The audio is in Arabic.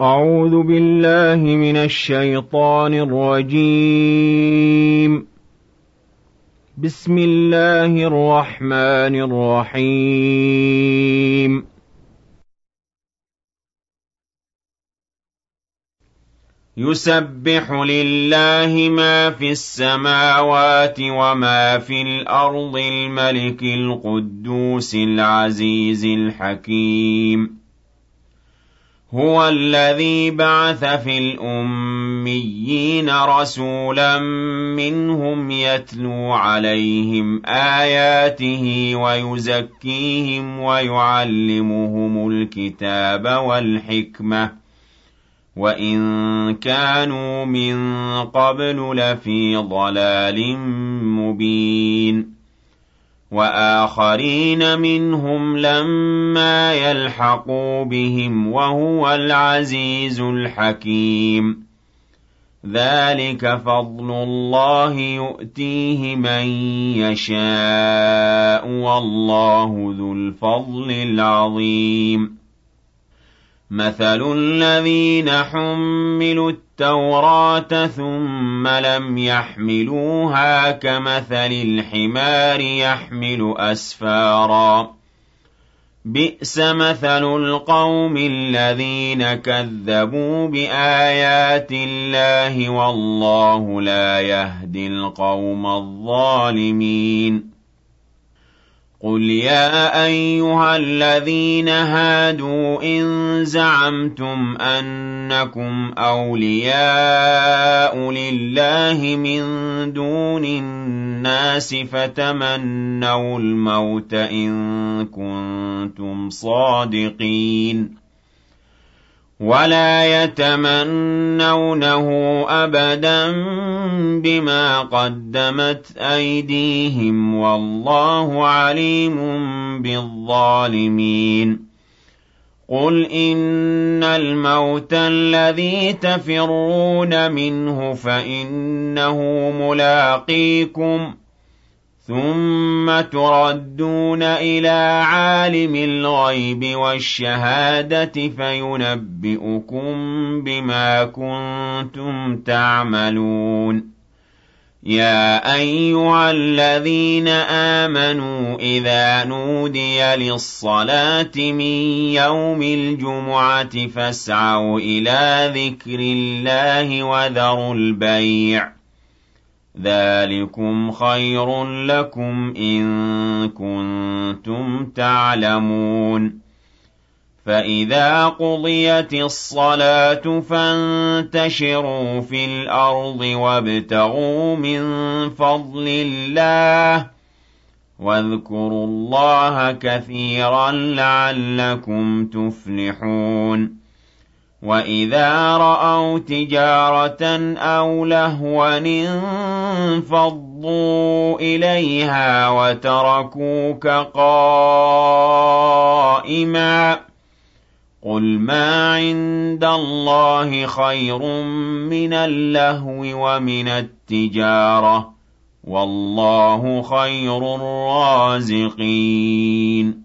أعوذ بالله من الشيطان الرجيم. بسم الله الرحمن الرحيم. يسبح لله ما في السماوات وما في الأرض الملك القدوس العزيز الحكيم. هو الذي بعث في الأميين رسولا منهم يتلو عليهم آياته ويزكيهم ويعلمهم الكتاب والحكمة وإن كانوا من قبل لفي ضلال مبين. وآخرين منهم لما يلحقوا بهم وهو العزيز الحكيم. ذلك فضل الله يؤتيه من يشاء والله ذو الفضل العظيم. مثل الذين حملوا التوراة ثم لم يحملوها كمثل الحمار يحمل أسفارا بئس مثل القوم الذين كذبوا بآيات الله والله لا يهدي القوم الظالمين. قل يا أيها الذين هادوا إن زعمتم أنكم أولياء لله من دون الناس فتمنوا الموت إن كنتم صادقين ولا يتمنونه أبدا بما قدمت أيديهم والله عليم بالظالمين. قل إن الموت الذي تفرون منه فإنه ملاقيكم ثم تردون إلى عالم الغيب والشهادة فينبئكم بما كنتم تعملون. يا أيها الذين آمنوا إذا نودي للصلاة من يوم الجمعة فاسعوا إلى ذكر الله وذروا البيع ذلكم خير لكم إن كنتم تعلمون. فإذا قضيت الصلاة فانتشروا في الأرض وابتغوا من فضل الله واذكروا الله كثيرا لعلكم تفلحون. وإذا رأوا تجارة أو لهوا انفضوا إليها وتركوك قائما قل ما عند الله خير من اللهو ومن التجارة والله خير الرازقين.